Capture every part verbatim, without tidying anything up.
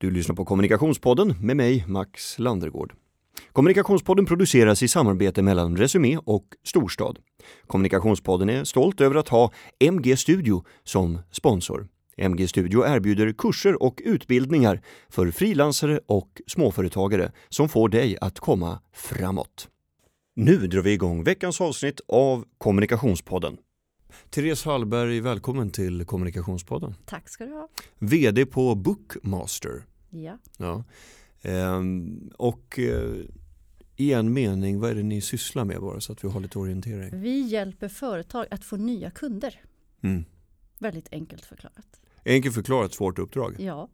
Du lyssnar på Kommunikationspodden med mig, Max Landergård. Kommunikationspodden produceras i samarbete mellan Resumé och Storstad. Kommunikationspodden är stolt över att ha M G Studio som sponsor. M G Studio erbjuder kurser och utbildningar för frilansare och småföretagare som får dig att komma framåt. Nu drar vi igång veckans avsnitt av Kommunikationspodden. Therese Hallberg, välkommen till Kommunikationspodden. Tack ska du ha. V D på Bookmaster. Ja. Ja. Ehm, och eh, i en mening, vad är det ni sysslar med bara så att vi har lite orientering? Vi hjälper företag att få nya kunder. Mm. Väldigt enkelt förklarat. Enkelt förklarat, svårt uppdrag. Ja.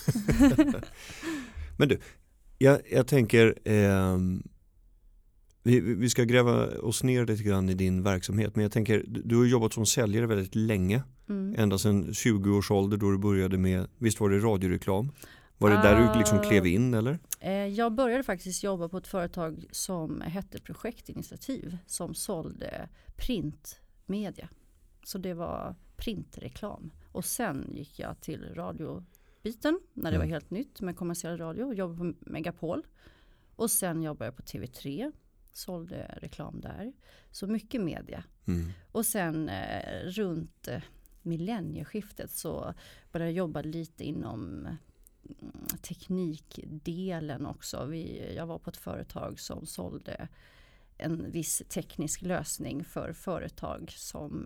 Men du, jag, jag tänker ehm, vi, vi ska gräva oss ner lite grann i din verksamhet. Men jag tänker, du har jobbat som säljare väldigt länge. Mm. Ända sedan tjugo års ålder då du började med, visst var det radioreklam? Var det där uh, du liksom klev in eller? Jag började faktiskt jobba på ett företag som hette Projektinitiativ som sålde printmedia. Så det var printreklam. Och sen gick jag till radiobiten när det mm. var helt nytt med kommersiell radio och jobbade på Megapol. Och sen jobbade jag på T V tre, sålde reklam där. Så mycket media. Mm. Och sen eh, runt eh, millennieskiftet så började jag jobba lite inom teknikdelen också. Vi, jag var på ett företag som sålde en viss teknisk lösning för företag som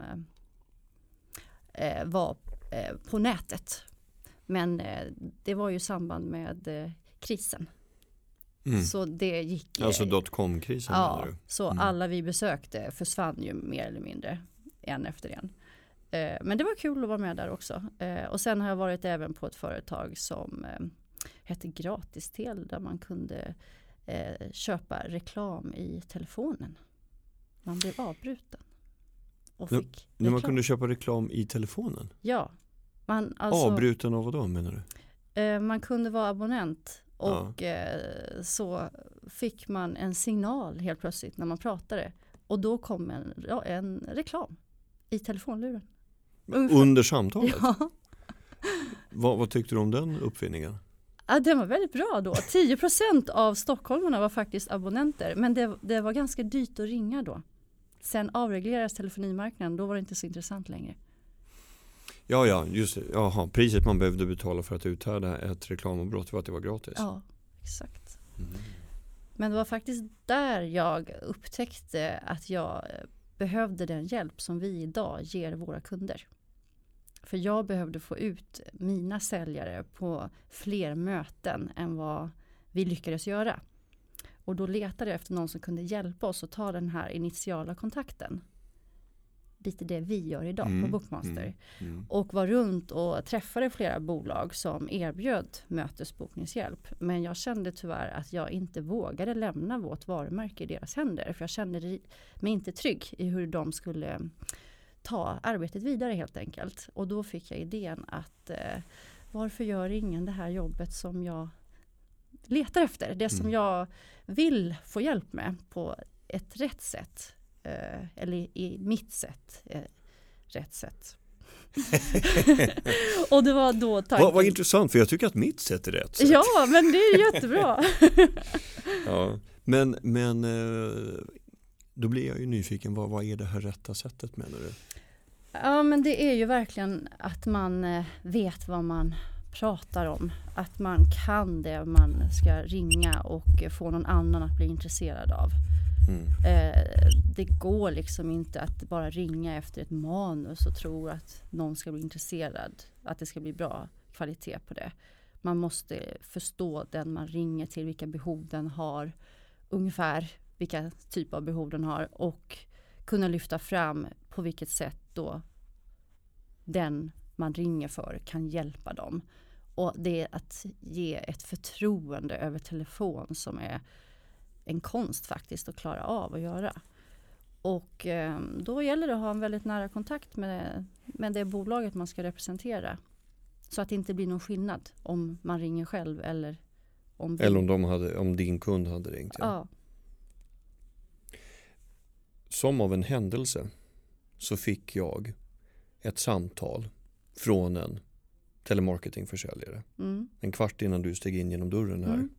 eh, var eh, på nätet. Men eh, det var ju samband med eh, krisen. Mm. Så det gick... Alltså dotcom-krisen ja, menar du? Så mm. alla vi besökte försvann ju mer eller mindre en efter en. Men det var kul att vara med där också. Och sen har jag varit även på ett företag som hette Gratistel där man kunde köpa reklam i telefonen. Man blev avbruten. Och fick När man kunde köpa reklam i telefonen? Ja. Man, alltså, avbruten av vad då menar du? Man kunde vara abonnent och ja. Så fick man en signal helt plötsligt när man pratade. Och då kom en, en reklam i telefonluren. Ungefär. Under samtalet? Ja. vad, vad tyckte du om den uppfinningen? Ja, den var väldigt bra då. tio procent av stockholmarna var faktiskt abonnenter. Men det, det var ganska dyrt att ringa då. Sen avreglerades telefonimarknaden. Då var det inte så intressant längre. Ja, ja. Just det. Jaha, priset man behövde betala för att uthärda ett reklamavbrott var att det var gratis. Ja, exakt. Mm. Men det var faktiskt där jag upptäckte att jag behövde den hjälp som vi idag ger våra kunder. För jag behövde få ut mina säljare på fler möten än vad vi lyckades göra. Och då letade jag efter någon som kunde hjälpa oss att ta den här initiala kontakten. Lite det vi gör idag mm, på Bookmaster. Mm, mm. Och var runt och träffade flera bolag som erbjöd mötesbokningshjälp. Men jag kände tyvärr att jag inte vågade lämna vårt varumärke i deras händer. För jag kände mig inte trygg i hur de skulle ta arbetet vidare helt enkelt. Och då fick jag idén att eh, varför gör ingen det här jobbet som jag letar efter? Det som mm. jag vill få hjälp med på ett rätt sätt. Eh, eller i, i mitt sätt. Eh, rätt sätt. Och det var då tanken. Vad, vad intressant, för jag tycker att mitt sätt är rätt sätt. Ja, men det är jättebra. Ja, men, men då blir jag ju nyfiken. Vad, vad är det här rätta sättet menar du? Ja, men det är ju verkligen att man vet vad man pratar om. Att man kan det man ska ringa och få någon annan att bli intresserad av. Mm. Eh, det går liksom inte att bara ringa efter ett manus och tro att någon ska bli intresserad, att det ska bli bra kvalitet på det. Man måste förstå den man ringer till, vilka behov den har, ungefär vilka typ av behov den har och kunna lyfta fram på vilket sätt då den man ringer för kan hjälpa dem. Och det är att ge ett förtroende över telefon som är en konst faktiskt att klara av att göra. Och eh, då gäller det att ha en väldigt nära kontakt med, med det bolaget man ska representera. Så att det inte blir någon skillnad om man ringer själv eller om, eller om, de hade, om din kund hade ringt. Ja. Ja. Som av en händelse så fick jag ett samtal från en telemarketingförsäljare. Mm. En kvart innan du steg in genom dörren här. Mm.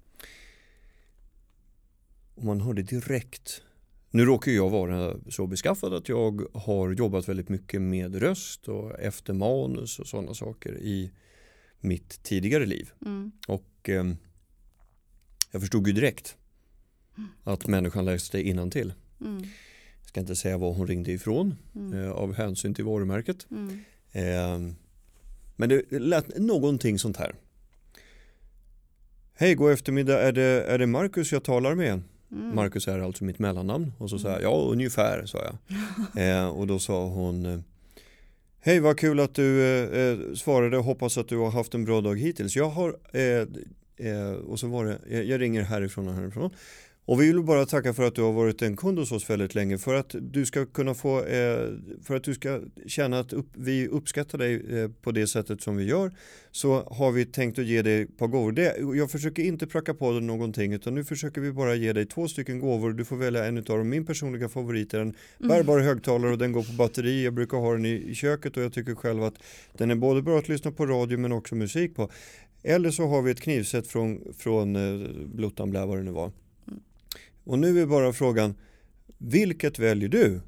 Och man hörde direkt. Nu råkar jag vara så beskaffad att jag har jobbat väldigt mycket med röst och efter manus och sådana saker i mitt tidigare liv. Mm. Och eh, jag förstod ju direkt att människan läste innantill. Mm. Jag ska inte säga var hon ringde ifrån Mm. eh, av hänsyn till varumärket. Mm. Eh, men det lät någonting sånt här. Hej, god eftermiddag. Är det, är det Marcus jag talar med? Mm. Marcus är alltså mitt mellannamn. Och så sa jag, ja ungefär, sa jag. eh, och då sa hon, eh, hej vad kul att du eh, svarade, hoppas att du har haft en bra dag hittills. Jag har, eh, eh, och så var det, jag, jag ringer härifrån och härifrån. Och vi vill bara tacka för att du har varit en kund hos oss väldigt länge. För att du ska kunna få, eh, för att du ska känna att upp, vi uppskattar dig eh, på det sättet som vi gör. Så har vi tänkt att ge dig ett par gåvor. Det, jag försöker inte pracka på dig någonting, utan nu försöker vi bara ge dig två stycken gåvor. Du får välja en av dem. Min personliga favorit är en bärbar högtalare och den går på batteri. Jag brukar ha den i, i köket och jag tycker själv att den är både bra att lyssna på radio men också musik på. Eller så har vi ett knivset från, från eh, Bluttan Blä, vad det nu var. Och nu är bara frågan, vilket väljer du?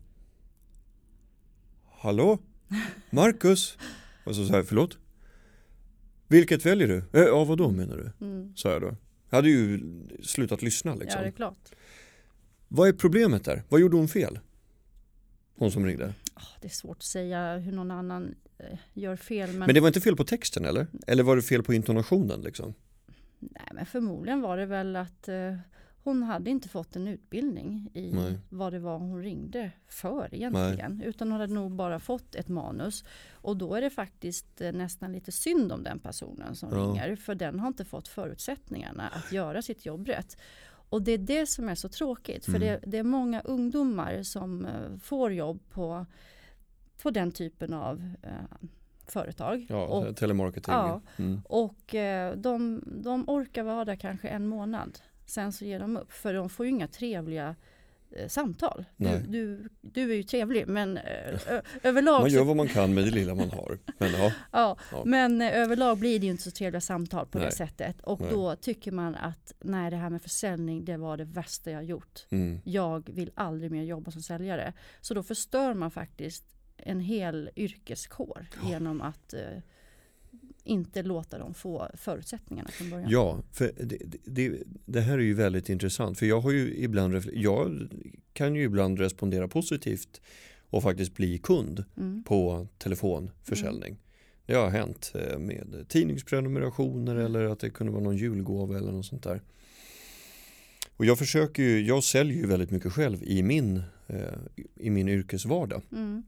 Hallå? Marcus? Och så sa jag, förlåt? Vilket väljer du? Äh, ja, vad då menar du? Mm. Sa jag då. Jag hade ju slutat lyssna liksom. Ja, det är klart. Vad är problemet där? Vad gjorde hon fel? Hon som ringde. Oh, det är svårt att säga hur någon annan eh, gör fel. Men... men det var inte fel på texten eller? Eller var det fel på intonationen liksom? Nej, men förmodligen var det väl att... Eh... Hon hade inte fått en utbildning i Nej. vad det var hon ringde för egentligen. Nej. Utan hon hade nog bara fått ett manus. Och då är det faktiskt nästan lite synd om den personen som ja. ringer. För den har inte fått förutsättningarna att göra sitt jobb rätt. Och det är det som är så tråkigt. För mm. det, det är många ungdomar som uh, får jobb på, på den typen av... Uh, företag. Ja, och, telemarketing. Ja, mm. och uh, de, de orkar vara där kanske en månad. Sen så ger de upp. För de får ju inga trevliga eh, samtal. Du, du, du är ju trevlig. Men eh, överlag... Man gör vad man kan med det lilla man har. Men, ja. ja, ja. men eh, överlag blir det ju inte så trevliga samtal på nej. det sättet. Och nej. då tycker man att nej, det här med försäljning, det var det värsta jag gjort. Mm. Jag vill aldrig mer jobba som säljare. Så då förstör man faktiskt en hel yrkeskår ja. genom att... Eh, inte låta dem få förutsättningarna från början. Ja, för det, det, det här är ju väldigt intressant. För jag har ju ibland, jag kan ju ibland respondera positivt och faktiskt bli kund mm. på telefonförsäljning. Mm. Det har hänt med tidningsprenumerationer mm. eller att det kunde vara någon julgåva eller något sånt där. Och jag försöker ju, jag säljer ju väldigt mycket själv i min, eh, i min yrkesvardag. Mm.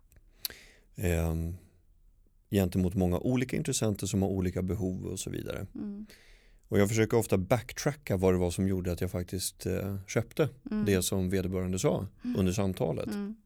Eh, gentemot många olika intressenter som har olika behov och så vidare. Mm. Och jag försöker ofta backtracka vad det var som gjorde att jag faktiskt eh, köpte mm. det som vederbörande sa mm. under samtalet. Mm.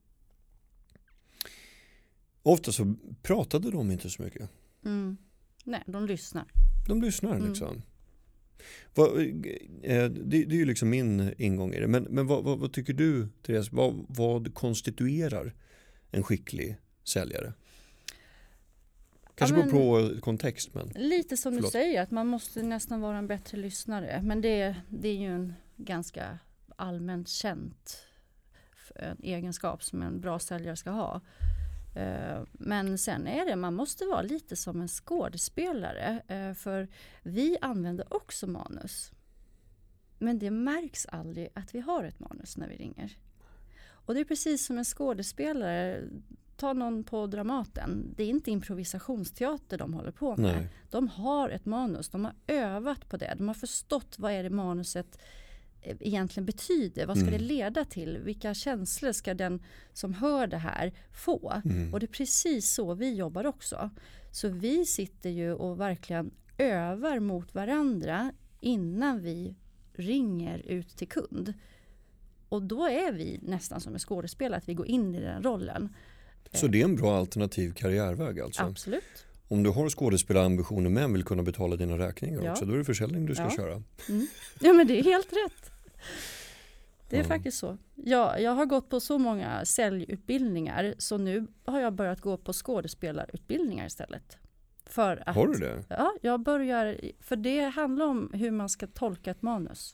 Ofta så pratade de inte så mycket. Mm. Nej, de lyssnar. De lyssnar mm. liksom. Vad, eh, det, det är ju liksom min ingång i det. Men, men vad, vad, vad tycker du, Therese? Vad, vad konstituerar en skicklig säljare? Kanske ja, men, på kontext. Men, lite som förlåt. du säger, att man måste nästan vara en bättre lyssnare. Men det, det är ju en ganska allmänt känt en egenskap som en bra säljare ska ha. Men sen är det, man måste vara lite som en skådespelare. För vi använder också manus. Men det märks aldrig att vi har ett manus när vi ringer. Och det är precis som en skådespelare. Ta någon på Dramaten. Det är inte improvisationsteater de håller på med. Nej. De har ett manus. De har övat på det. De har förstått vad är det manuset egentligen betyder. Vad ska mm. det leda till? Vilka känslor ska den som hör det här få? Mm. Och det är precis så vi jobbar också. Så vi sitter ju och verkligen övar mot varandra innan vi ringer ut till kund. Och då är vi nästan som en skådespelare, att vi går in i den rollen. Så det är en bra alternativ karriärväg alltså? Absolut. Om du har skådespelarambitioner men vill kunna betala dina räkningar ja. också, då är det försäljning du ska ja. köra. Mm. Ja, men det är helt rätt. Det är ja. faktiskt så. Jag, jag har gått på så många säljutbildningar, så nu har jag börjat gå på skådespelarutbildningar istället. För att, Har du det? Ja, jag börjar, för det handlar om hur man ska tolka ett manus.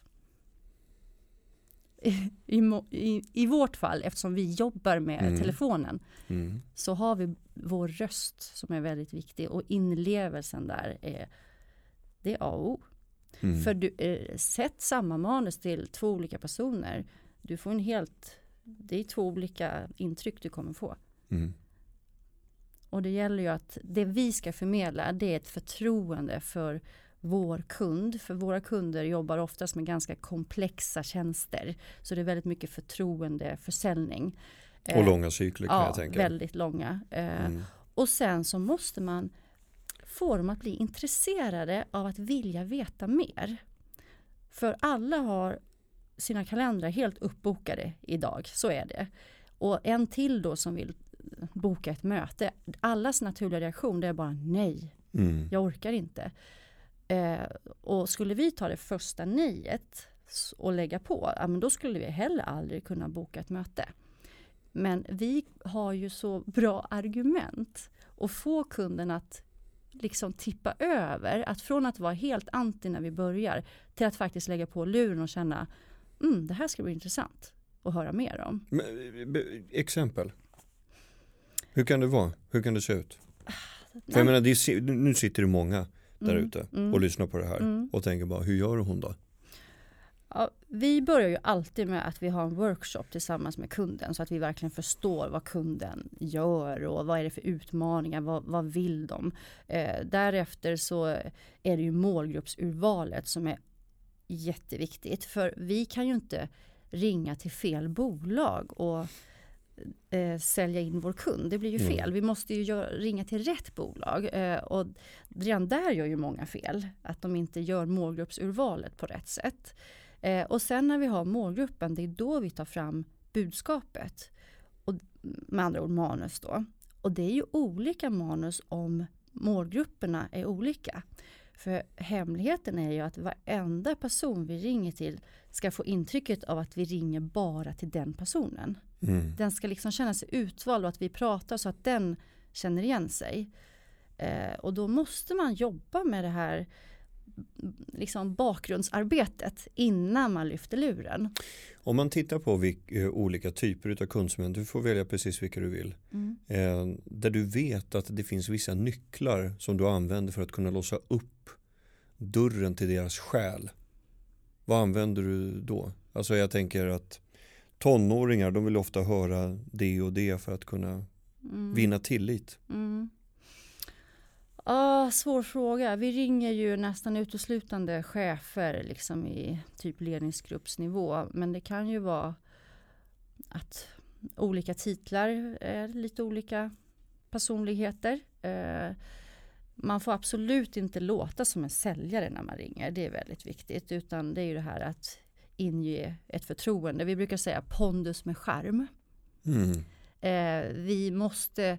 I, i, i vårt fall, eftersom vi jobbar med mm. telefonen, mm. så har vi vår röst som är väldigt viktig, och inlevelsen där är, det är A och O. Mm. För du, eh, sätt samma manus till två olika personer, du får en helt, det är två olika intryck du kommer få. Mm. Och det gäller ju att det vi ska förmedla, det är ett förtroende för vår kund. För våra kunder jobbar oftast med ganska komplexa tjänster. Så det är väldigt mycket förtroende, försäljning. Och långa cykler kan ja, jag tänka. väldigt långa. Mm. Och sen så måste man få dem att bli intresserade av att vilja veta mer. För alla har sina kalendrar helt uppbokade idag, så är det. Och en till då som vill boka ett möte. Allas naturliga reaktion, det är bara nej. Mm. Jag orkar inte. Eh, och skulle vi ta det första nejet och lägga på, ja, men då skulle vi heller aldrig kunna boka ett möte. Men vi har ju så bra argument och få kunden att liksom tippa över, att från att vara helt anti när vi börjar till att faktiskt lägga på luren och känna mm, det här ska bli intressant att höra mer om. Men, exempel. Hur kan det vara? Hur kan det se ut? För jag menar, det är, nu sitter det många där mm, ute och mm, lyssnar på det här mm. och tänker bara, hur gör hon då? Ja, vi börjar ju alltid med att vi har en workshop tillsammans med kunden så att vi verkligen förstår vad kunden gör och vad är det för utmaningar, vad, vad vill de. Eh, därefter så är det ju målgruppsurvalet som är jätteviktigt, för vi kan ju inte ringa till fel bolag och eh, sälja in vår kund. Det blir ju fel. Mm. Vi måste ju gör, ringa till rätt bolag eh, och redan där gör ju många fel, att de inte gör målgruppsurvalet på rätt sätt. Eh, och sen när vi har målgruppen, det är då vi tar fram budskapet. Och med andra ord manus då. Och det är ju olika manus om målgrupperna är olika. För hemligheten är ju att varenda person vi ringer till ska få intrycket av att vi ringer bara till den personen. Mm. Den ska liksom känna sig utvald och att vi pratar så att den känner igen sig. Eh, och då måste man jobba med det här liksom bakgrundsarbetet innan man lyfter luren. Om man tittar på vilka, olika typer av konsumenter, du får välja precis vilka du vill. Mm. Eh, där du vet att det finns vissa nycklar som du använder för att kunna låsa upp dörren till deras själ. Vad använder du då? Alltså jag tänker att tonåringar, de vill ofta höra det och det för att kunna mm. vinna tillit. Mm. Ah, svår fråga. Vi ringer ju nästan uteslutande chefer liksom i typ ledningsgruppsnivå. Men det kan ju vara att olika titlar är lite olika personligheter. Eh, man får absolut inte låta som en säljare när man ringer. Det är väldigt viktigt. Utan det är ju det här att inge ett förtroende. Vi brukar säga pondus med charm. Mm. Eh, vi måste...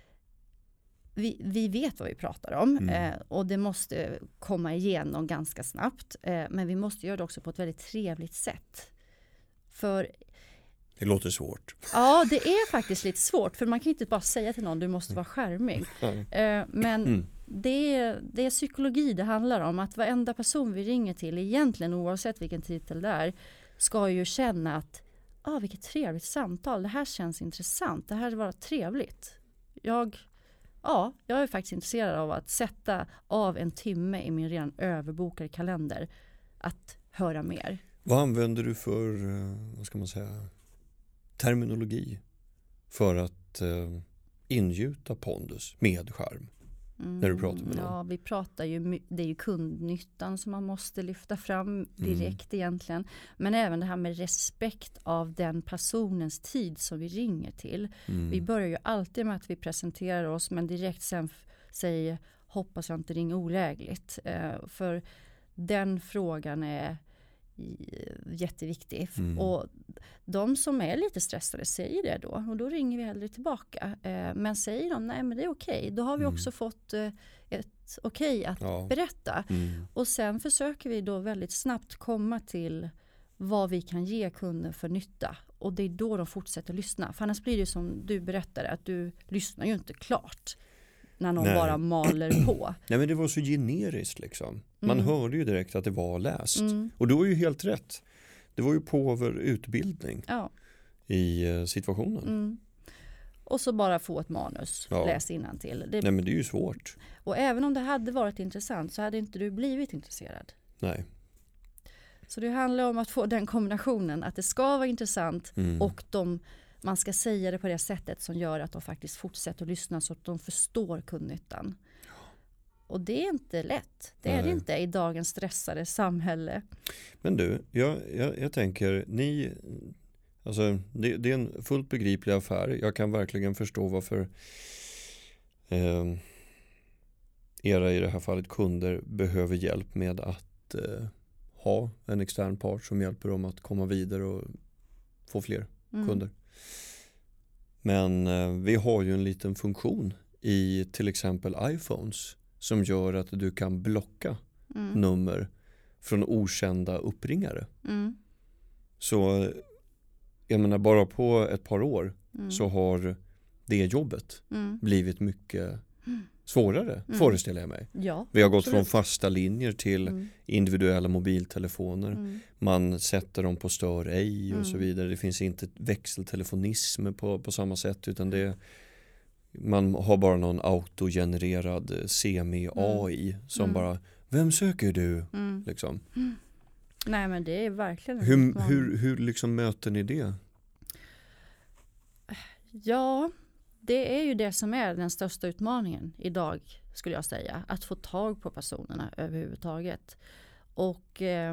Vi, vi vet vad vi pratar om mm. eh, och det måste komma igenom ganska snabbt. Eh, men vi måste göra det också på ett väldigt trevligt sätt. För det låter svårt. Ja, det är faktiskt lite svårt. För man kan inte bara säga till någon du måste vara charmig. Eh, men mm. det, är, det är psykologi det handlar om. Att varenda person vi ringer till, egentligen oavsett vilken titel det är, ska ju känna att ah, vilket trevligt samtal. Det här känns intressant. Det här var trevligt. Jag... Ja, jag är faktiskt intresserad av att sätta av en timme i min redan överbokade kalender att höra mer. Vad använder du för, vad ska man säga, terminologi för att uh, ingjuta pondus med charm mm, när du pratar med någon? Ja, vi pratar ju, det är ju kundnyttan som man måste lyfta fram direkt mm. egentligen. Men även det här med respekt av den personens tid som vi ringer till. Mm. Vi börjar ju alltid med att vi presenterar oss, men direkt sen f- säger hoppas jag inte ringer olägligt. Uh, för den frågan är jätteviktig. Mm. Och de som är lite stressade säger det då. Och då ringer vi hellre tillbaka. Eh, men säger de nej men det är okej. Okay. Då har vi mm. också fått eh, ett okej okay att ja. berätta. Mm. Och sen försöker vi då väldigt snabbt komma till vad vi kan ge kunden för nytta. Och det är då de fortsätter lyssna. För annars blir det som du berättade att du lyssnar ju inte klart. när någon Nej. bara maler på. Nej, men det var så generiskt liksom. Man Mm. hörde ju direkt att det var läst. Mm. Och det var ju helt rätt. Det var ju påver-utbildning Ja. i eh, situationen. Mm. Och så bara få ett manus, Ja. läs innantill. Det, Nej, men det är ju svårt. och även om det hade varit intressant så hade inte du blivit intresserad. Nej. Så det handlar om att få den kombinationen, att det ska vara intressant Mm. och de, man ska säga det på det sättet som gör att de faktiskt fortsätter att lyssna så att de förstår kundnyttan. Och det är inte lätt. Det är det Nej. inte i dagens stressade samhälle. Men du, jag, jag, jag tänker, ni, alltså det, det är en fullt begriplig affär. Jag kan verkligen förstå varför eh, era, i det här fallet, kunder behöver hjälp med att eh, ha en extern part som hjälper dem att komma vidare och få fler Mm. kunder. Men eh, vi har ju en liten funktion i till exempel iPhones som gör att du kan blocka Mm. nummer från okända uppringare. Mm. Så jag menar, bara på ett par år Mm. så har det jobbet Mm. blivit mycket Mm. svårare, Mm. föreställer jag mig. Ja. Vi har gått Absolut. från fasta linjer till Mm. individuella mobiltelefoner. Mm. Man sätter dem på stör ej och Mm. så vidare. Det finns inte växeltelefonism på, på samma sätt, utan det man har bara någon autogenererad semi-A I som Mm. bara, vem söker du? Mm. Liksom. Nej, men det är verkligen en Hur, utmaning. hur, hur liksom möter ni det? Ja, det är ju det som är den största utmaningen idag, skulle jag säga. Att få tag på personerna överhuvudtaget. Och eh,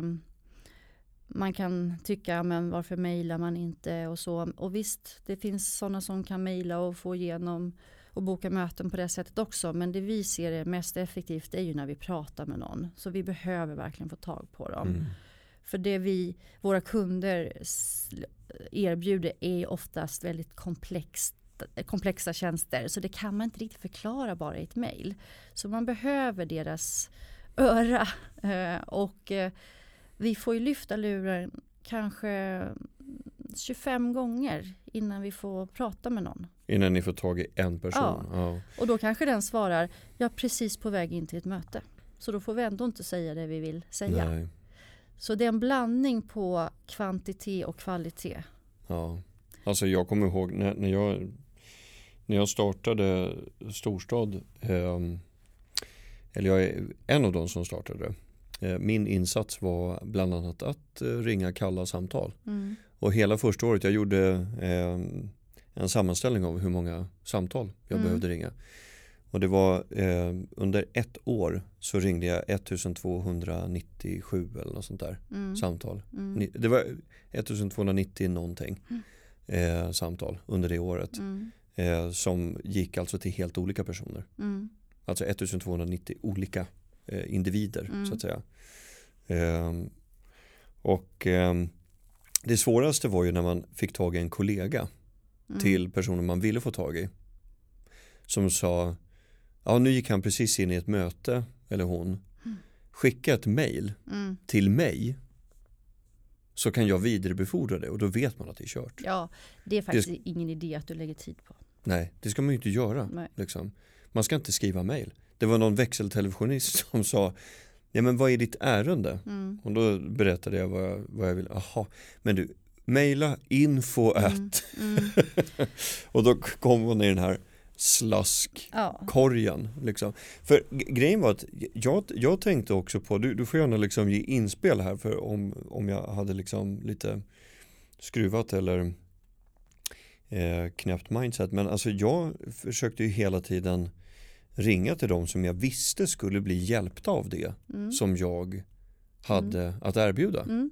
man kan tycka, men varför mejlar man inte och så. Och visst, det finns sådana som kan mejla och få igenom och boka möten på det sättet också. Men det vi ser är mest effektivt är ju när vi pratar med någon. Så vi behöver verkligen få tag på dem. Mm. För det vi, våra kunder erbjuder är oftast väldigt komplext, komplexa tjänster. Så det kan man inte riktigt förklara bara i ett mejl. Så man behöver deras öra. Och vi får ju lyfta luren kanske tjugofem gånger innan vi får prata med någon. Innan ni får tag i en person. Ja. Ja. Och då kanske den svarar, jag är precis på väg in till ett möte. Så då får vi ändå inte säga det vi vill säga. Nej. Så det är en blandning på kvantitet och kvalitet. Ja. Alltså jag kommer ihåg när, när, jag, när jag startade Storstad, eh, eller jag är en av de som startade. Eh, min insats var bland annat att eh, ringa kalla samtal. Mm. Och hela första året jag gjorde eh, en sammanställning av hur många samtal jag Mm. behövde ringa. Och det var eh, under ett år så ringde jag ettusentvåhundranittiosju eller något sånt där Mm. samtal. Mm. Ni- Det var ettusentvåhundranittio någonting Mm. eh, samtal under det året. Mm. Eh, som gick alltså till helt olika personer. Mm. Alltså ettusentvåhundranittio olika eh, individer Mm. så att säga. Eh, och eh, det svåraste var ju när man fick tag i en kollega Mm. till personer man ville få tag i. Som sa, ja nu gick han precis in i ett möte, eller hon. Skicka ett mejl Mm. till mig så kan jag vidarebefordra det och då vet man att det är kört. Ja, det är faktiskt ingen idé att du lägger tid på. Nej, det ska man ju inte göra. Nej. Liksom. Man ska inte skriva mejl. Det var någon växeltelefonist som sa, ja men vad är ditt ärende? Mm. Och då berättade jag vad jag, vad jag vill. Aha, men du, mejla info Mm. at. Mm. Och då kom hon i den här slaskkorgen. Ja. Liksom. För g- grejen var att jag, jag tänkte också på, du, du får gärna liksom ge inspel här för om, om jag hade liksom lite skruvat eller eh, knäppt mindset. Men alltså jag försökte ju hela tiden ringa till dem som jag visste skulle bli hjälpta av det Mm. som jag hade att erbjuda. Mm.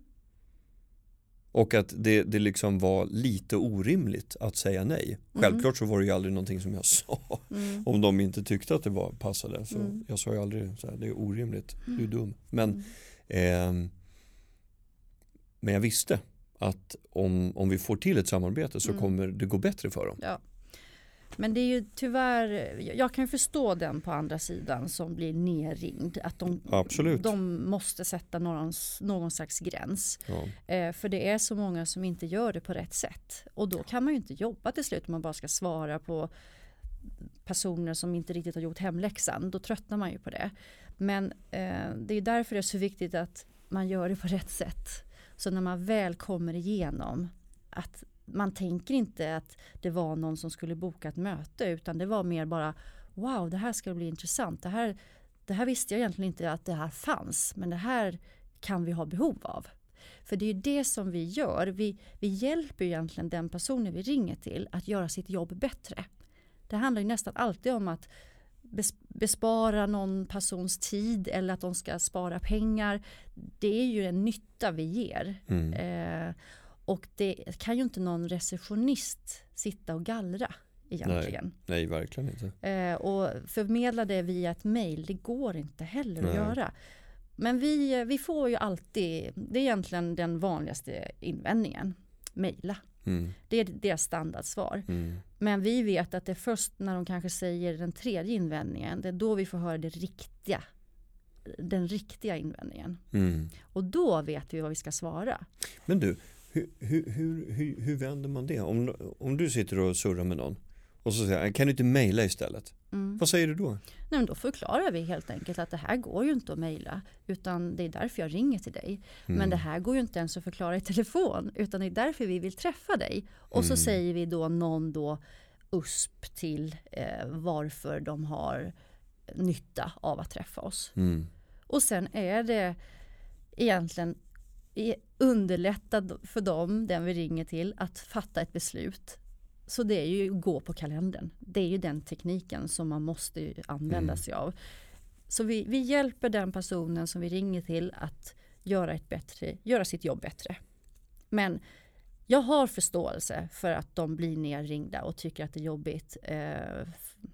Och att det, det liksom var lite orimligt att säga nej. Självklart så var det ju aldrig någonting som jag sa. Mm. Om de inte tyckte att det var passade. Så Mm. jag sa ju aldrig så här, det är orimligt, du är dum. Men, Mm. ehm, men jag visste att om, om vi får till ett samarbete så Mm. kommer det gå bättre för dem. Ja. Men det är ju tyvärr, jag kan ju förstå den på andra sidan som blir nerringd. Att de, Absolut. de måste sätta någon, någon slags gräns. Ja. Eh, för det är så många som inte gör det på rätt sätt. Och då kan man ju inte jobba till slut om man bara ska svara på personer som inte riktigt har gjort hemläxan. Då tröttnar man ju på det. Men eh, det är därför det är så viktigt att man gör det på rätt sätt. Så när man väl kommer igenom, att man tänker inte att det var någon som skulle boka ett möte, utan det var mer bara wow, det här ska bli intressant. Det här, det här visste jag egentligen inte att det här fanns, men det här kan vi ha behov av. För det är ju det som vi gör. Vi, vi hjälper egentligen den personen vi ringer till att göra sitt jobb bättre. Det handlar ju nästan alltid om att bespara någon persons tid eller att de ska spara pengar. Det är ju en nytta vi ger. Mm. Eh, och det kan ju inte någon receptionist sitta och gallra egentligen. Nej, nej verkligen inte. Eh, och förmedla det via ett mejl, det går inte heller nej. att göra. Men vi, vi får ju alltid, det är egentligen den vanligaste invändningen, mejla. Mm. Det är deras standardsvar. Mm. Men vi vet att det är först när de kanske säger den tredje invändningen, det är då vi får höra det riktiga, den riktiga invändningen. Mm. Och då vet vi vad vi ska svara. Men du, hur, hur, hur, hur, hur vänder man det? Om, om du sitter och surrar med någon och så säger kan du inte mejla istället? Mm. Vad säger du då? Nej, men då förklarar vi helt enkelt att det här går ju inte att mejla, utan det är därför jag ringer till dig. Mm. Men det här går ju inte ens att förklara i telefon, utan det är därför vi vill träffa dig. Och mm. så säger vi då någon då U S P till eh, varför de har nytta av att träffa oss. Mm. Och sen är det egentligen underlättat för dem, den vi ringer till, att fatta ett beslut. Så det är ju gå på kalendern. Det är ju den tekniken som man måste använda mm. sig av. Så vi, vi hjälper den personen som vi ringer till att göra, ett bättre, göra sitt jobb bättre. Men jag har förståelse för att de blir nerringda och tycker att det är jobbigt. Eh,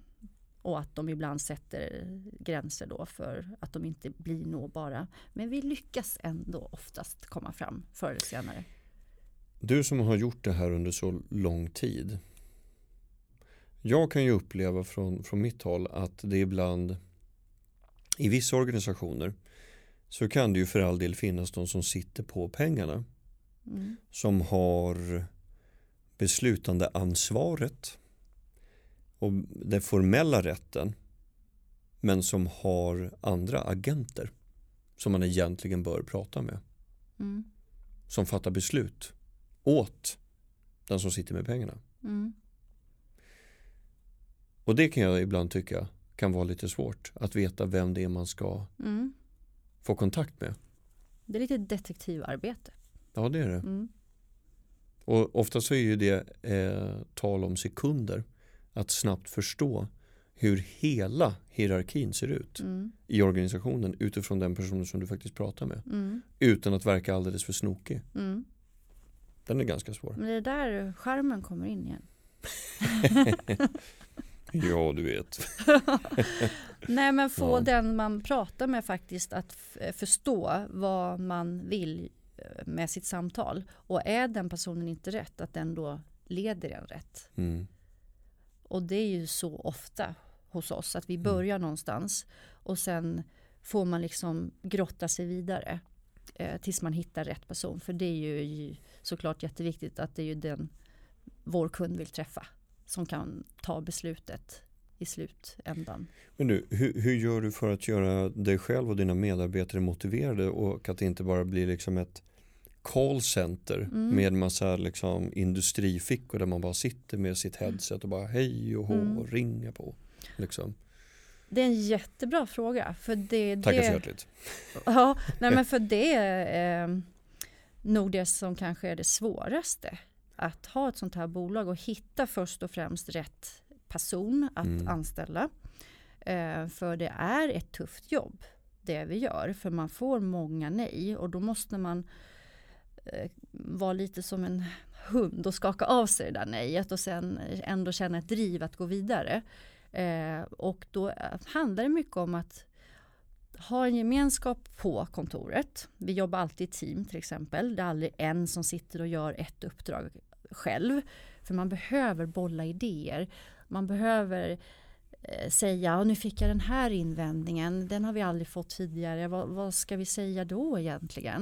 och att de ibland sätter gränser då för att de inte blir nåbara. Men vi lyckas ändå oftast komma fram förr eller senare. Du som har gjort det här under så lång tid. Jag kan ju uppleva från, från mitt håll att det ibland i vissa organisationer så kan det ju för all del finnas de som sitter på pengarna. Mm. Som har beslutande ansvaret och den formella rätten, men som har andra agenter som man egentligen bör prata med. Mm. Som fattar beslut åt den som sitter med pengarna. Mm. Och det kan jag ibland tycka kan vara lite svårt. Att veta vem det är man ska mm. få kontakt med. Det är lite detektivarbete. Ja, det är det. Mm. Och ofta så är ju det eh, tal om sekunder. Att snabbt förstå hur hela hierarkin ser ut mm. i organisationen utifrån den personen som du faktiskt pratar med. Mm. Utan att verka alldeles för snokig. Mm. Den är ganska svår. Men det är där skärmen kommer in igen. Ja, du vet. Nej, men få ja. den man pratar med faktiskt att f- förstå vad man vill med sitt samtal. Och är den personen inte rätt, att den då leder en rätt. Mm. Och det är ju så ofta hos oss att vi börjar mm. någonstans och sen får man liksom grotta sig vidare eh, tills man hittar rätt person. För det är ju såklart jätteviktigt att det är ju den vår kund vill träffa som kan ta beslutet i slutändan. Men du, hur, hur gör du för att göra dig själv och dina medarbetare motiverade och att det inte bara blir liksom ett callcenter mm. med massa liksom industrifickor där man bara sitter med sitt headset och bara hej och hå mm. och ringa på. Liksom. Det är en jättebra fråga. För det, Tackar så hjärtligt. Ja, nej, men för det är eh, nog det som kanske är det svåraste. Att ha ett sånt här bolag och hitta först och främst rätt person att mm. anställa. Eh, för det är ett tufft jobb det vi gör. För man får många nej och då måste man eh, vara lite som en hund och skaka av sig det där nejet och sen ändå känna ett driv att gå vidare. Eh, och då handlar det mycket om att ha en gemenskap på kontoret. Vi jobbar alltid i team till exempel. Det är aldrig en som sitter och gör ett uppdrag själv. För man behöver bolla idéer. Man behöver eh, säga, nu fick jag den här invändningen. Den har vi aldrig fått tidigare. Vad, vad ska vi säga då egentligen?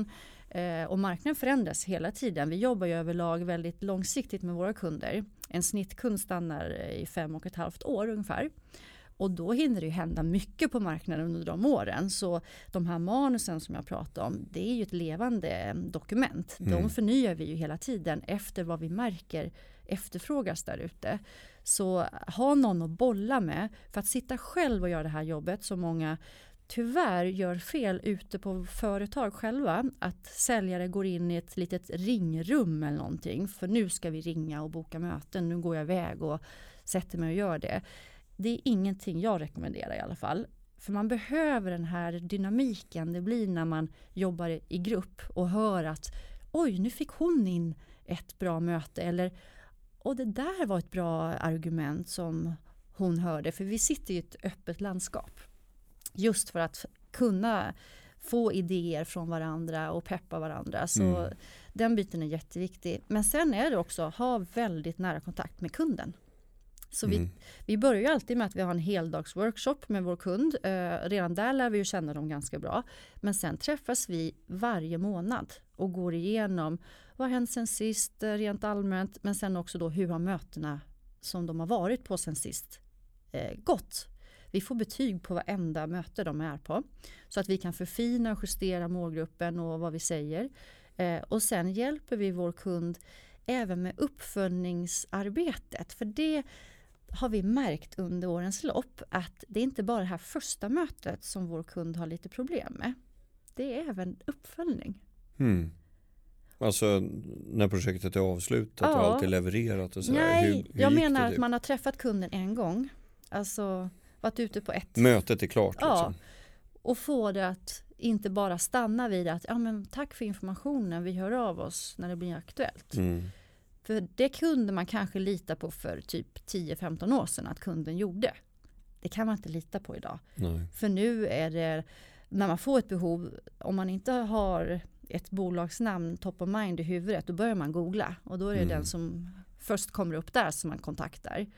Eh, och marknaden förändras hela tiden. Vi jobbar ju överlag väldigt långsiktigt med våra kunder. En snittkund stannar i fem och ett halvt år ungefär. Och då hinner det ju hända mycket på marknaden under de åren. Så de här manusen som jag pratade om, det är ju ett levande dokument. Mm. De förnyar vi ju hela tiden efter vad vi märker efterfrågas där ute. Så ha någon att bolla med, för att sitta själv och göra det här jobbet som många tyvärr gör fel ute på företag själva. Att säljare går in i ett litet ringrum eller någonting. För nu ska vi ringa och boka möten. Nu går jag iväg och sätter mig och gör det. Det är ingenting jag rekommenderar i alla fall. För man behöver den här dynamiken det blir när man jobbar i grupp och hör att oj, nu fick hon in ett bra möte. Eller och det där var ett bra argument som hon hörde. För vi sitter i ett öppet landskap. Just för att kunna få idéer från varandra och peppa varandra. Så mm. den biten är jätteviktig. Men sen är det också att ha väldigt nära kontakt med kunden. Så mm. vi, vi börjar ju alltid med att vi har en heldagsworkshop med vår kund. Eh, redan där lär vi ju känna dem ganska bra. Men sen träffas vi varje månad och går igenom vad har hänt sen sist eh, rent allmänt. Men sen också då hur har mötena som de har varit på sen sist eh, gått. Vi får betyg på varenda möte de är på. Så att vi kan förfina och justera målgruppen och vad vi säger. Eh, och sen hjälper vi vår kund även med uppföljningsarbetet. För det har vi märkt under årens lopp att det är inte bara det här första mötet som vår kund har lite problem med. Det är även uppföljning. Mm. Alltså när projektet är avslutat ja. och allt är levererat och sådär. Nej, hur, hur jag menar det att typ? Man har träffat kunden en gång. Alltså varit ute på ett... Mötet är klart. Ja, liksom. Och få det att inte bara stanna vid att ja, men tack för informationen, vi hör av oss när det blir aktuellt. Mm. För det kunde man kanske lita på för typ tio femton år sedan att kunden gjorde. Det kan man inte lita på idag. Nej. För nu är det, när man får ett behov, om man inte har ett bolagsnamn top of mind i huvudet, då börjar man googla. Och då är det mm. den som först kommer upp där som man kontaktar.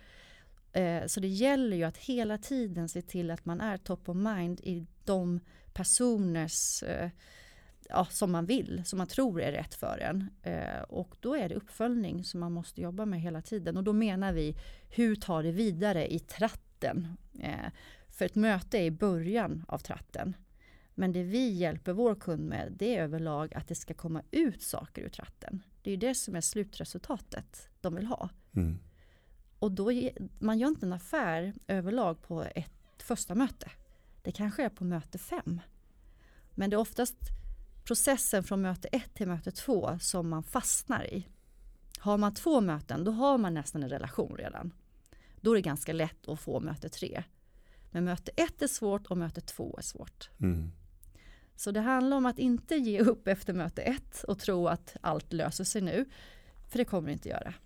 Eh, så det gäller ju att hela tiden se till att man är top of mind i de personers eh, ja, som man vill, som man tror är rätt för en. Eh, och då är det uppföljning som man måste jobba med hela tiden. Och då menar vi, hur tar det vidare i tratten? Eh, för ett möte är i början av tratten. Men det vi hjälper vår kund med, det är överlag att det ska komma ut saker ur tratten. Det är ju det som är slutresultatet de vill ha. Mm. Och då, man gör inte en affär överlag på ett första möte. Det kanske är på möte fem. Men det är oftast processen från möte ett till möte två som man fastnar i. Har man två möten, då har man nästan en relation redan. Då är det ganska lätt att få möte tre. Men möte ett är svårt och möte två är svårt. Mm. Så det handlar om att inte ge upp efter möte ett och tro att allt löser sig nu. För det kommer det inte göra.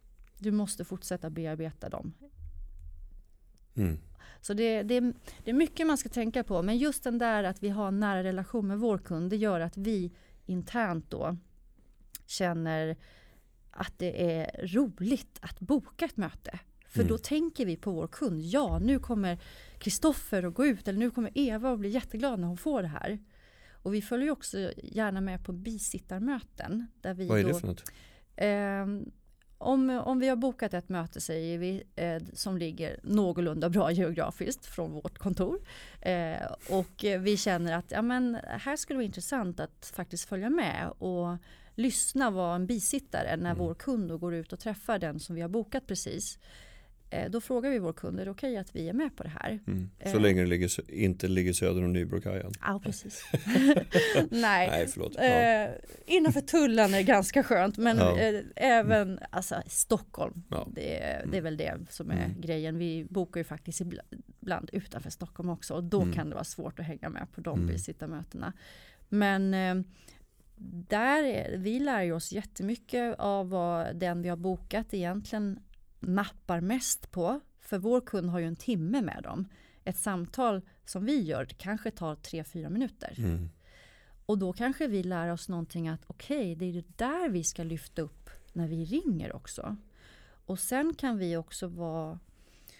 Du måste fortsätta bearbeta dem. Mm. Så det, det, det är mycket man ska tänka på. Men just den där att vi har en nära relation med vår kund, det gör att vi internt då känner att det är roligt att boka ett möte. För mm. då tänker vi på vår kund. Ja, nu kommer Kristoffer att gå ut, eller nu kommer Eva att bli jätteglad när hon får det här. Och vi följer också gärna med på bisittarmöten. Där vi Vad är då, det för något? Eh, om, om vi har bokat ett möte, säger vi, eh, som ligger någorlunda bra geografiskt från vårt kontor. Eh, och vi känner att ja, men, här skulle det vara intressant att faktiskt följa med och lyssna vad en bisittare när mm. vår kund då går ut och träffar den som vi har bokat precis. Eh, då frågar vi vår kund, är det okej att vi är med på det här? Mm. Så eh, länge det ligger, inte ligger söder om Nybrokajen. Ja, precis. Nej, Nej förlåt. Ja. Eh, innanför tullen är ganska skönt, men ja. eh, även alltså, Stockholm, ja. det, är, det är väl det som är mm. grejen. Vi bokar ju faktiskt ibland utanför Stockholm också, och då mm. kan det vara svårt att hänga med på de mm. bisittarmötena. Men eh, där är, vi lär ju oss jättemycket av vad den vi har bokat egentligen nappar mest på. För vår kund har ju en timme med dem. Ett samtal som vi gör kanske tar tre fyra minuter. Mm. Och då kanske vi lär oss någonting att okej, okay, det är det där vi ska lyfta upp när vi ringer också. Och sen kan vi också vara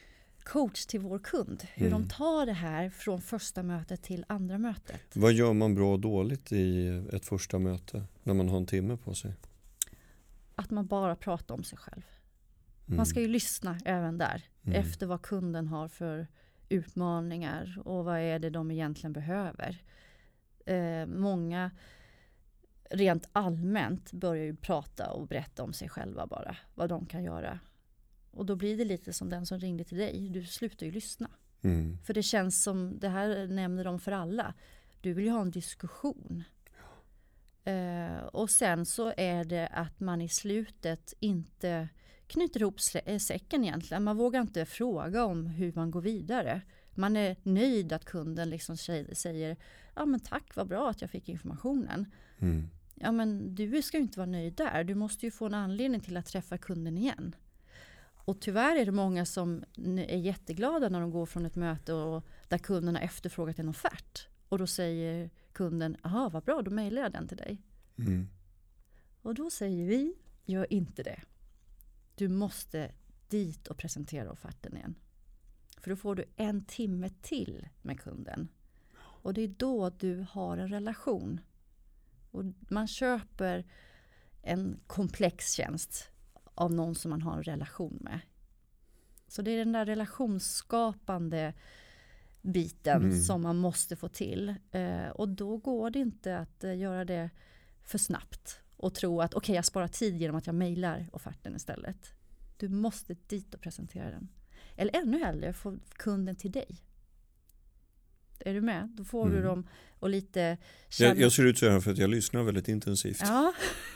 coach till vår kund. Hur Mm. de tar det här från första mötet till andra mötet. Vad gör man bra och dåligt i ett första möte när man har en timme på sig? Att man bara pratar om sig själv. Mm. Man ska ju lyssna även där. Mm. Efter vad kunden har för utmaningar och vad är det de egentligen behöver. Eh, många rent allmänt börjar ju prata och berätta om sig själva bara. Vad de kan göra. Och då blir det lite som den som ringde till dig. Du slutar ju lyssna. Mm. För det känns som, det här nämner de för alla. Du vill ju ha en diskussion. Eh, och sen så är det att man i slutet inte knyter ihop säcken egentligen. Man vågar inte fråga om hur man går vidare. Man är nöjd att kunden liksom säger, ja men tack, vad bra att jag fick informationen. Mm. Ja men du ska ju inte vara nöjd där. Du måste ju få en anledning till att träffa kunden igen. Och tyvärr är det många som är jätteglada när de går från ett möte och där kunden har efterfrågat en offert. Och då säger kunden, aha vad bra, då mejlar jag den till dig. Mm. Och då säger vi, gör inte det. Du måste dit och presentera offerten igen. För då får du en timme till med kunden. Och det är då du har en relation. Och man köper en komplex tjänst av någon som man har en relation med. Så det är den där relationsskapande biten Mm. som man måste få till. Eh, och då går det inte att eh, göra det för snabbt. Och tro att okej, okay, jag sparar tid genom att jag mejlar offerten istället. Du måste dit och presentera den. Eller ännu hellre få kunden till dig. Är du med? Då får Mm. du dem och lite... Känna... Jag, jag ser ut så här för att jag lyssnar väldigt intensivt. Ja.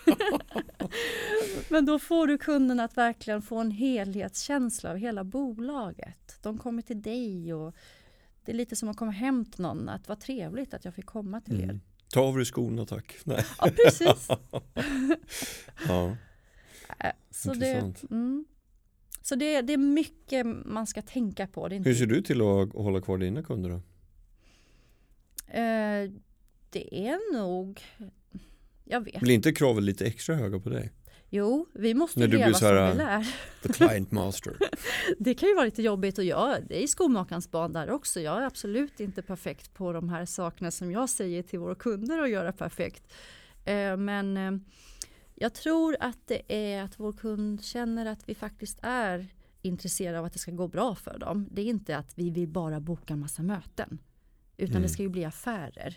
Men då får du kunden att verkligen få en helhetskänsla av hela bolaget. De kommer till dig och det är lite som att komma hem till någon. Att vad trevligt att jag fick komma till er. Mm. Ta av dig skorna, tack. Nej. Ja, precis. Ja. Så, det, mm. Så det, det är mycket man ska tänka på. Det är inte... Hur ser du till att hålla kvar dina kunder då? Eh, det är nog... Jag vet. Blir inte kraven lite extra höga på dig? Jo, vi måste När ju du leva blir så här, som vi lär. The client master. Det kan ju vara lite jobbigt att göra. Det är i skomakarens barn där också. Jag är absolut inte perfekt på de här sakerna som jag säger till våra kunder att göra perfekt. Eh, men eh, jag tror att det är att vår kund känner att vi faktiskt är intresserade av att det ska gå bra för dem. Det är inte att vi vill bara boka en massa möten. Utan mm. det ska ju bli affärer.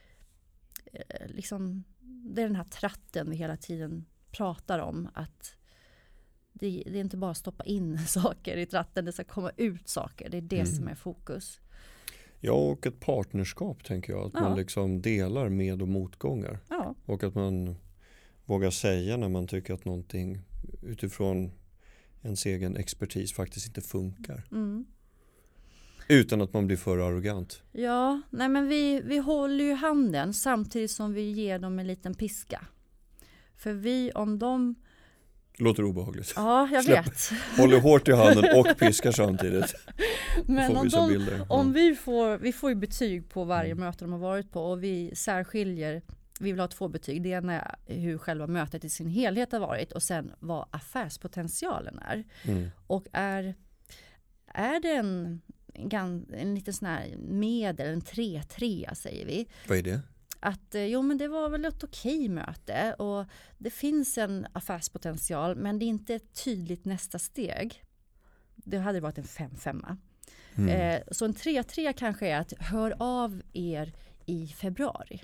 Eh, liksom, det är den här tratten vi hela tiden pratar om. Att det, det är inte bara att stoppa in saker i tratten. Det ska komma ut saker. Det är det mm. som är fokus. Ja, och ett partnerskap tänker jag. Att ja. man liksom delar med- och motgångar. Ja. Och att man vågar säga när man tycker att någonting utifrån ens egen expertis faktiskt inte funkar. Mm. Utan att man blir för arrogant. Ja, nej men vi, vi håller ju handen samtidigt som vi ger dem en liten piska. För vi, om de... Låter obehagligt. Ja, jag Släpp. vet. Håller hårt i handen och piskar samtidigt. Men om, de, ja. om vi får, vi får ju betyg på varje mm. möte de har varit på och vi särskiljer, vi vill ha två betyg. Det ena är hur själva mötet i sin helhet har varit och sen vad affärspotentialen är. Mm. Och är, är det en, en, en liten sån här medel, en tre tre säger vi. Vad är det? Att jo men det var väl ett okej möte och det finns en affärspotential men det är inte ett tydligt nästa steg. Det hade varit en fem fem. Mm. Eh, så en tre tre kanske är att hör av er i februari.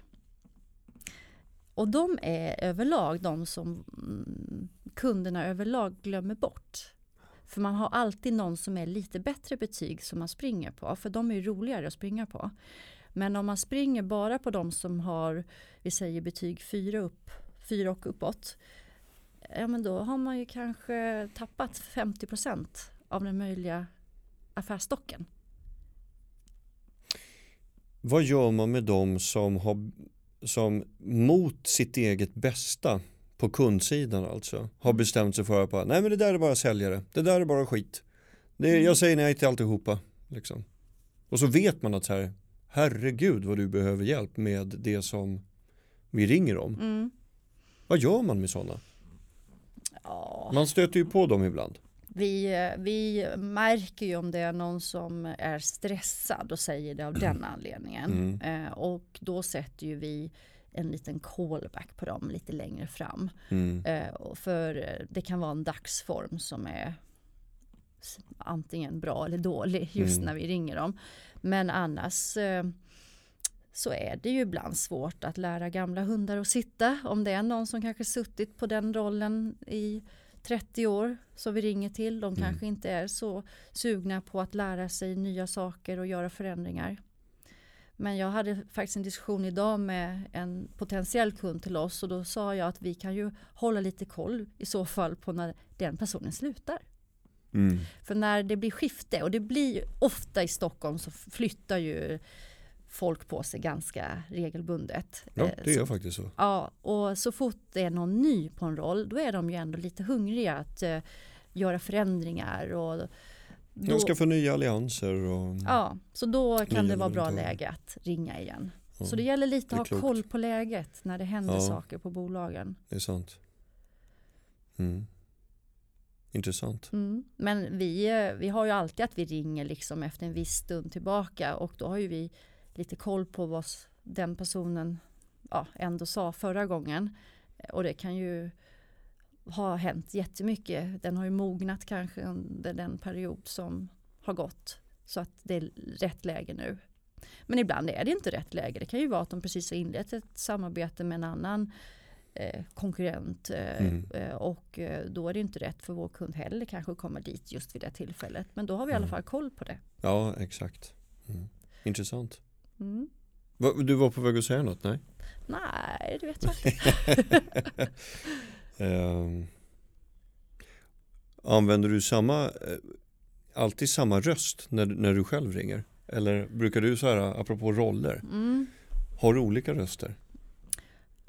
Och de är överlag de som mm, kunderna överlag glömmer bort. För man har alltid någon som är lite bättre betyg som man springer på. För de är ju roligare att springa på. Men om man springer bara på de som har, vi säger betyg fyra, upp, fyra och uppåt. Ja men då har man ju kanske tappat femtio procent av den möjliga affärsstocken. Vad gör man med de som har som mot sitt eget bästa på kundsidan alltså har bestämt sig för att nej men det där är bara säljare, det där är bara skit. Det är, jag säger nej till alltihopa liksom. Och så vet man att så här, herregud vad du behöver hjälp med det som vi ringer om. Mm. Vad gör man med sådana? Ja. Man stöter ju på dem ibland. Vi, vi märker ju om det är någon som är stressad och säger det av den anledningen. Mm. Eh, och då sätter ju vi en liten callback på dem lite längre fram. Mm. Eh, för det kan vara en dagsform som är antingen bra eller dålig just Mm. när vi ringer dem. Men annars eh, så är det ju ibland svårt att lära gamla hundar att sitta. Om det är någon som kanske suttit på den rollen i trettio år som vi ringer till. De Mm. kanske inte är så sugna på att lära sig nya saker och göra förändringar. Men jag hade faktiskt en diskussion idag med en potentiell kund till oss. Och då sa jag att vi kan ju hålla lite koll i så fall på när den personen slutar. Mm. För när det blir skifte, och det blir ofta i Stockholm, så flyttar ju folk på sig ganska regelbundet. Ja, det är så, faktiskt så. Ja, och så fort det är någon ny på en roll, då är de ju ändå lite hungriga att uh, göra förändringar. Och då, Jag ska få nya allianser. Och... Ja, så då kan nya det vara bra leverantörer. läge att ringa igen. Ja, Så det gäller lite det är att ha klokt. koll på läget när det händer Ja. saker på bolagen. Det är sant. Mm. Intressant. Mm. Men vi, vi har ju alltid att vi ringer liksom efter en viss stund tillbaka, och då har ju vi lite koll på vad den personen ja, ändå sa förra gången. Och det kan ju ha hänt jättemycket. Den har ju mognat kanske under den period som har gått, så att det är rätt läge nu. Men ibland är det inte rätt läge. Det kan ju vara att de precis har inlett ett samarbete med en annan eh, konkurrent eh, Mm. eh, och eh, då är det inte rätt för vår kund heller kanske att komma dit just vid det tillfället. Men då har vi i alla Mm. fall koll på det. Ja, exakt. Mm. Intressant. Mm. Va, du var på väg att säga något? Nej? Nej, det vet jag inte. um, använder du samma, eh, alltid samma röst när, när du själv ringer? Eller brukar du så här, apropå roller, Mm. har du olika röster? Uh,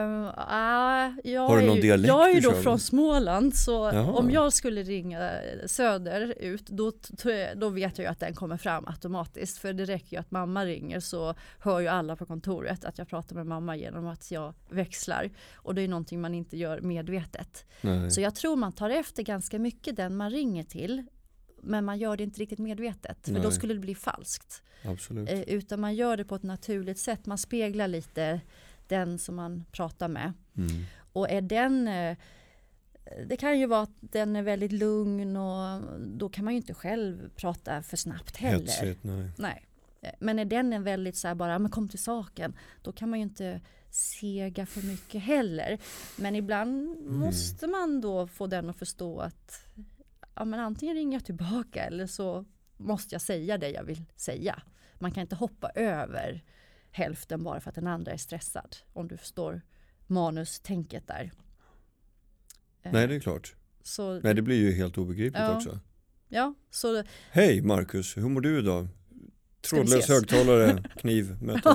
uh, jag, Har du är någon ju, dialekt jag är ju du då kör från med? Småland, så Jaha. om jag skulle ringa söderut, då, t- då vet jag ju att den kommer fram automatiskt. För det räcker ju att mamma ringer, så hör ju alla på kontoret att jag pratar med mamma genom att jag växlar. Och det är någonting man inte gör medvetet. Nej. Så jag tror man tar efter ganska mycket den man ringer till, men man gör det inte riktigt medvetet. För Nej. då skulle det bli falskt. Absolut. Eh, utan man gör det på ett naturligt sätt. Man speglar lite den som man pratar med. Mm. Och är den, eh, det kan ju vara att den är väldigt lugn, och då kan man ju inte själv prata för snabbt heller. Hetsigt, nej. Nej. Eh, Men är den en väldigt så här bara, men kom till saken, då kan man ju inte sega för mycket heller. Men ibland Mm. måste man då få den att förstå att ja, men antingen ringer jag tillbaka eller så måste jag säga det jag vill säga. Man kan inte hoppa över hälften bara för att den andra är stressad. Om du förstår manustänket där. Nej, det är klart. Så, Nej, det blir ju helt obegripligt Ja. också. ja, så Hej Marcus, hur mår du idag? vi Trådlös ses? högtalare, kniv, möte.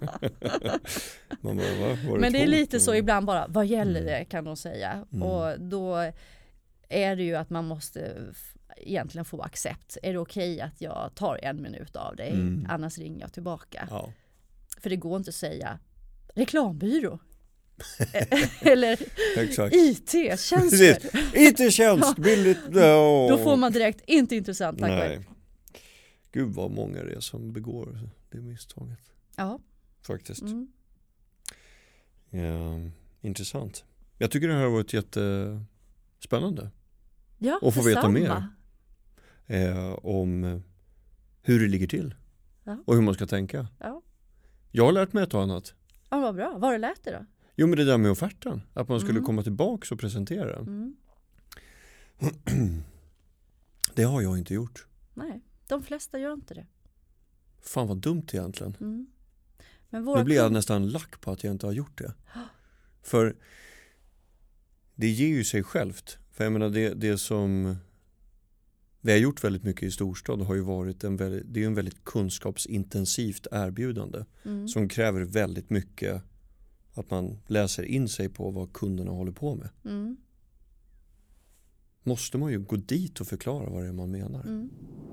Man bara, va? Var Men det är två? lite så Ja. ibland bara, vad gäller Mm. det kan de säga. Mm. Och då är det ju att man måste f- egentligen få accept. Är det okej att jag tar en minut av dig? Mm. Annars ringer jag tillbaka. Ja. För det går inte att säga reklambyrå. Eller Exakt. I T-tjänster. Precis. I T-tjänst, billigt. Ja. Då får man direkt, inte intressant, tack. Nej. Gud vad många det är som begår det misstaget. Ja. Faktiskt. Mm. Ja, intressant. Jag tycker det här har varit jättespännande. Ja, Och få veta detsamma. mer. Eh, om hur det ligger till. Ja. Och hur man ska tänka. Ja. Jag har lärt mig ett och annat. Ja, vad bra. Var har du lärt dig då? Jo, men det där med offerten. Att man skulle Mm. komma tillbaka och presentera den. Mm. Det har jag inte gjort. Nej, de flesta gör inte det. Fan vad dumt egentligen. Mm. Men våra Nu blir jag kund- nästan lack på att jag inte har gjort det. För det ger ju sig självt. För jag menar det, det som vi har gjort väldigt mycket i storstad har ju varit en väldigt, det är en väldigt kunskapsintensivt erbjudande. Mm. Som kräver väldigt mycket att man läser in sig på vad kunderna håller på med. Mm. Måste man ju gå dit och förklara vad det är man menar. Mm.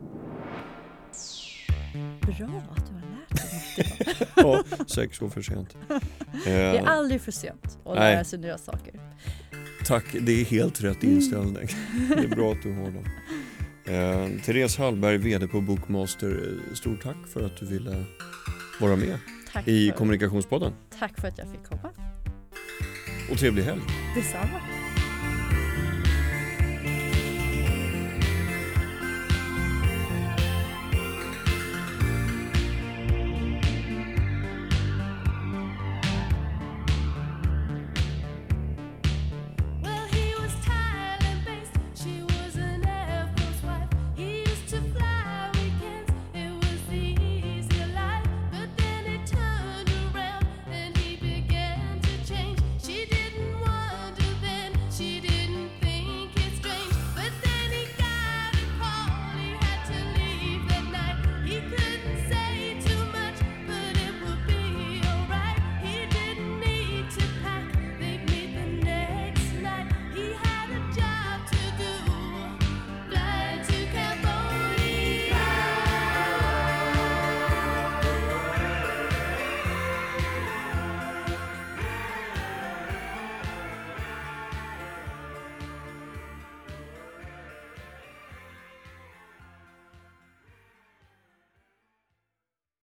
Bra att du har lärt dig något idag. Ja, sex år för sent. Det är Eh, aldrig för sent att Nej. lära sig nya saker. Tack, det är helt rätt inställning. Det är bra att du har dem. Eh, Therese Hallberg, vd på Bookmaster. Stort tack för att du ville vara med Tack i för, Kommunikationspodden. tack för att jag fick komma. Och trevlig helg. Detsamma.